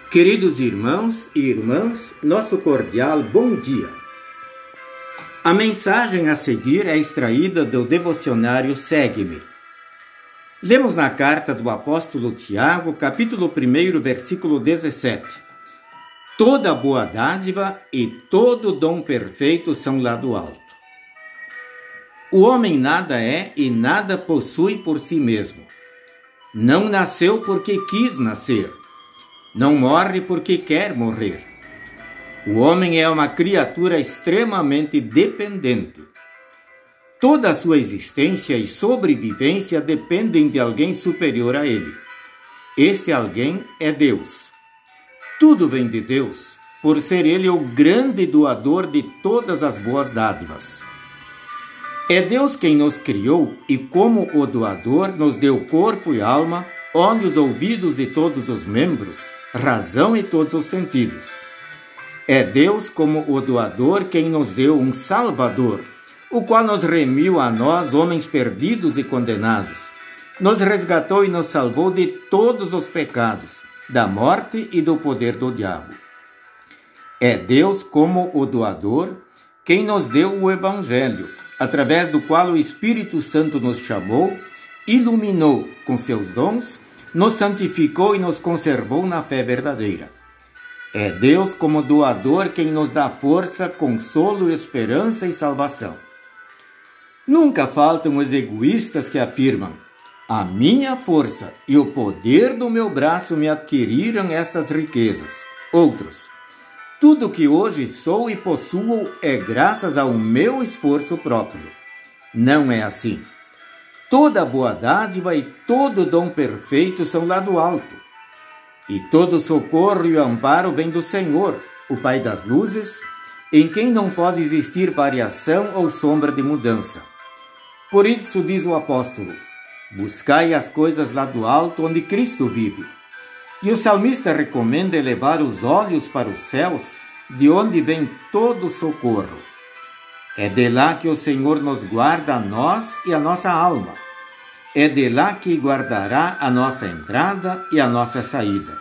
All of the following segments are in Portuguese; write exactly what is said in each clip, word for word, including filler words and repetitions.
Queridos irmãos e irmãs, nosso cordial bom dia. A mensagem a seguir é extraída do devocionário Segue-me. Lemos na carta do apóstolo Tiago, capítulo um, versículo dezessete. Toda boa dádiva e todo dom perfeito são lá do alto. O homem nada é e nada possui por si mesmo. Não nasceu porque quis nascer. Não morre porque quer morrer. O homem é uma criatura extremamente dependente. Toda a sua existência e sobrevivência dependem de alguém superior a ele. Esse alguém é Deus. Tudo vem de Deus, por ser ele o grande doador de todas as boas dádivas. É Deus quem nos criou e, como o doador, nos deu corpo e alma, olhos, ouvidos e todos os membros, razão e todos os sentidos. É Deus, como o doador, quem nos deu um Salvador, o qual nos remiu a nós, homens perdidos e condenados. Nos resgatou e nos salvou de todos os pecados, da morte e do poder do diabo. É Deus, como o doador, quem nos deu o Evangelho, através do qual o Espírito Santo nos chamou, iluminou com seus dons, nos santificou e nos conservou na fé verdadeira. É Deus, como doador, quem nos dá força, consolo, esperança e salvação. Nunca faltam os egoístas que afirmam: a minha força e o poder do meu braço me adquiriram estas riquezas. Outros: tudo que hoje sou e possuo é graças ao meu esforço próprio. Não é assim. Toda boa dádiva e todo dom perfeito são lá do alto. E todo socorro e amparo vem do Senhor, o Pai das luzes, em quem não pode existir variação ou sombra de mudança. Por isso diz o apóstolo: buscai as coisas lá do alto, onde Cristo vive. E o salmista recomenda elevar os olhos para os céus, de onde vem todo o socorro. É de lá que o Senhor nos guarda a nós e a nossa alma. É de lá que guardará a nossa entrada e a nossa saída.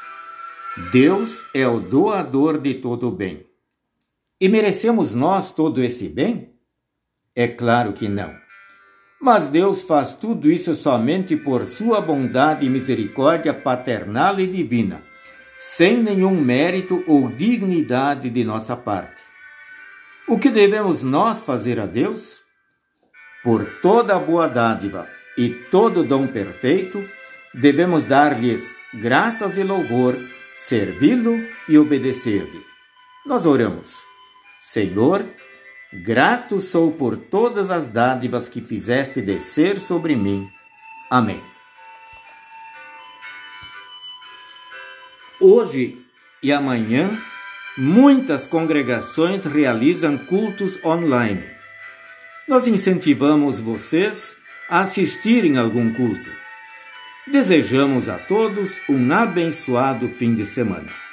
Deus é o doador de todo o bem. E merecemos nós todo esse bem? É claro que não. Mas Deus faz tudo isso somente por sua bondade e misericórdia paternal e divina, sem nenhum mérito ou dignidade de nossa parte. O que devemos nós fazer a Deus? Por toda boa dádiva e todo dom perfeito, devemos dar-lhes graças e louvor, servi-lo e obedecer-lhe. Nós oramos: Senhor, grato sou por todas as dádivas que fizeste descer sobre mim. Amém. Hoje e amanhã, muitas congregações realizam cultos online. Nós incentivamos vocês a assistirem a algum culto. Desejamos a todos um abençoado fim de semana.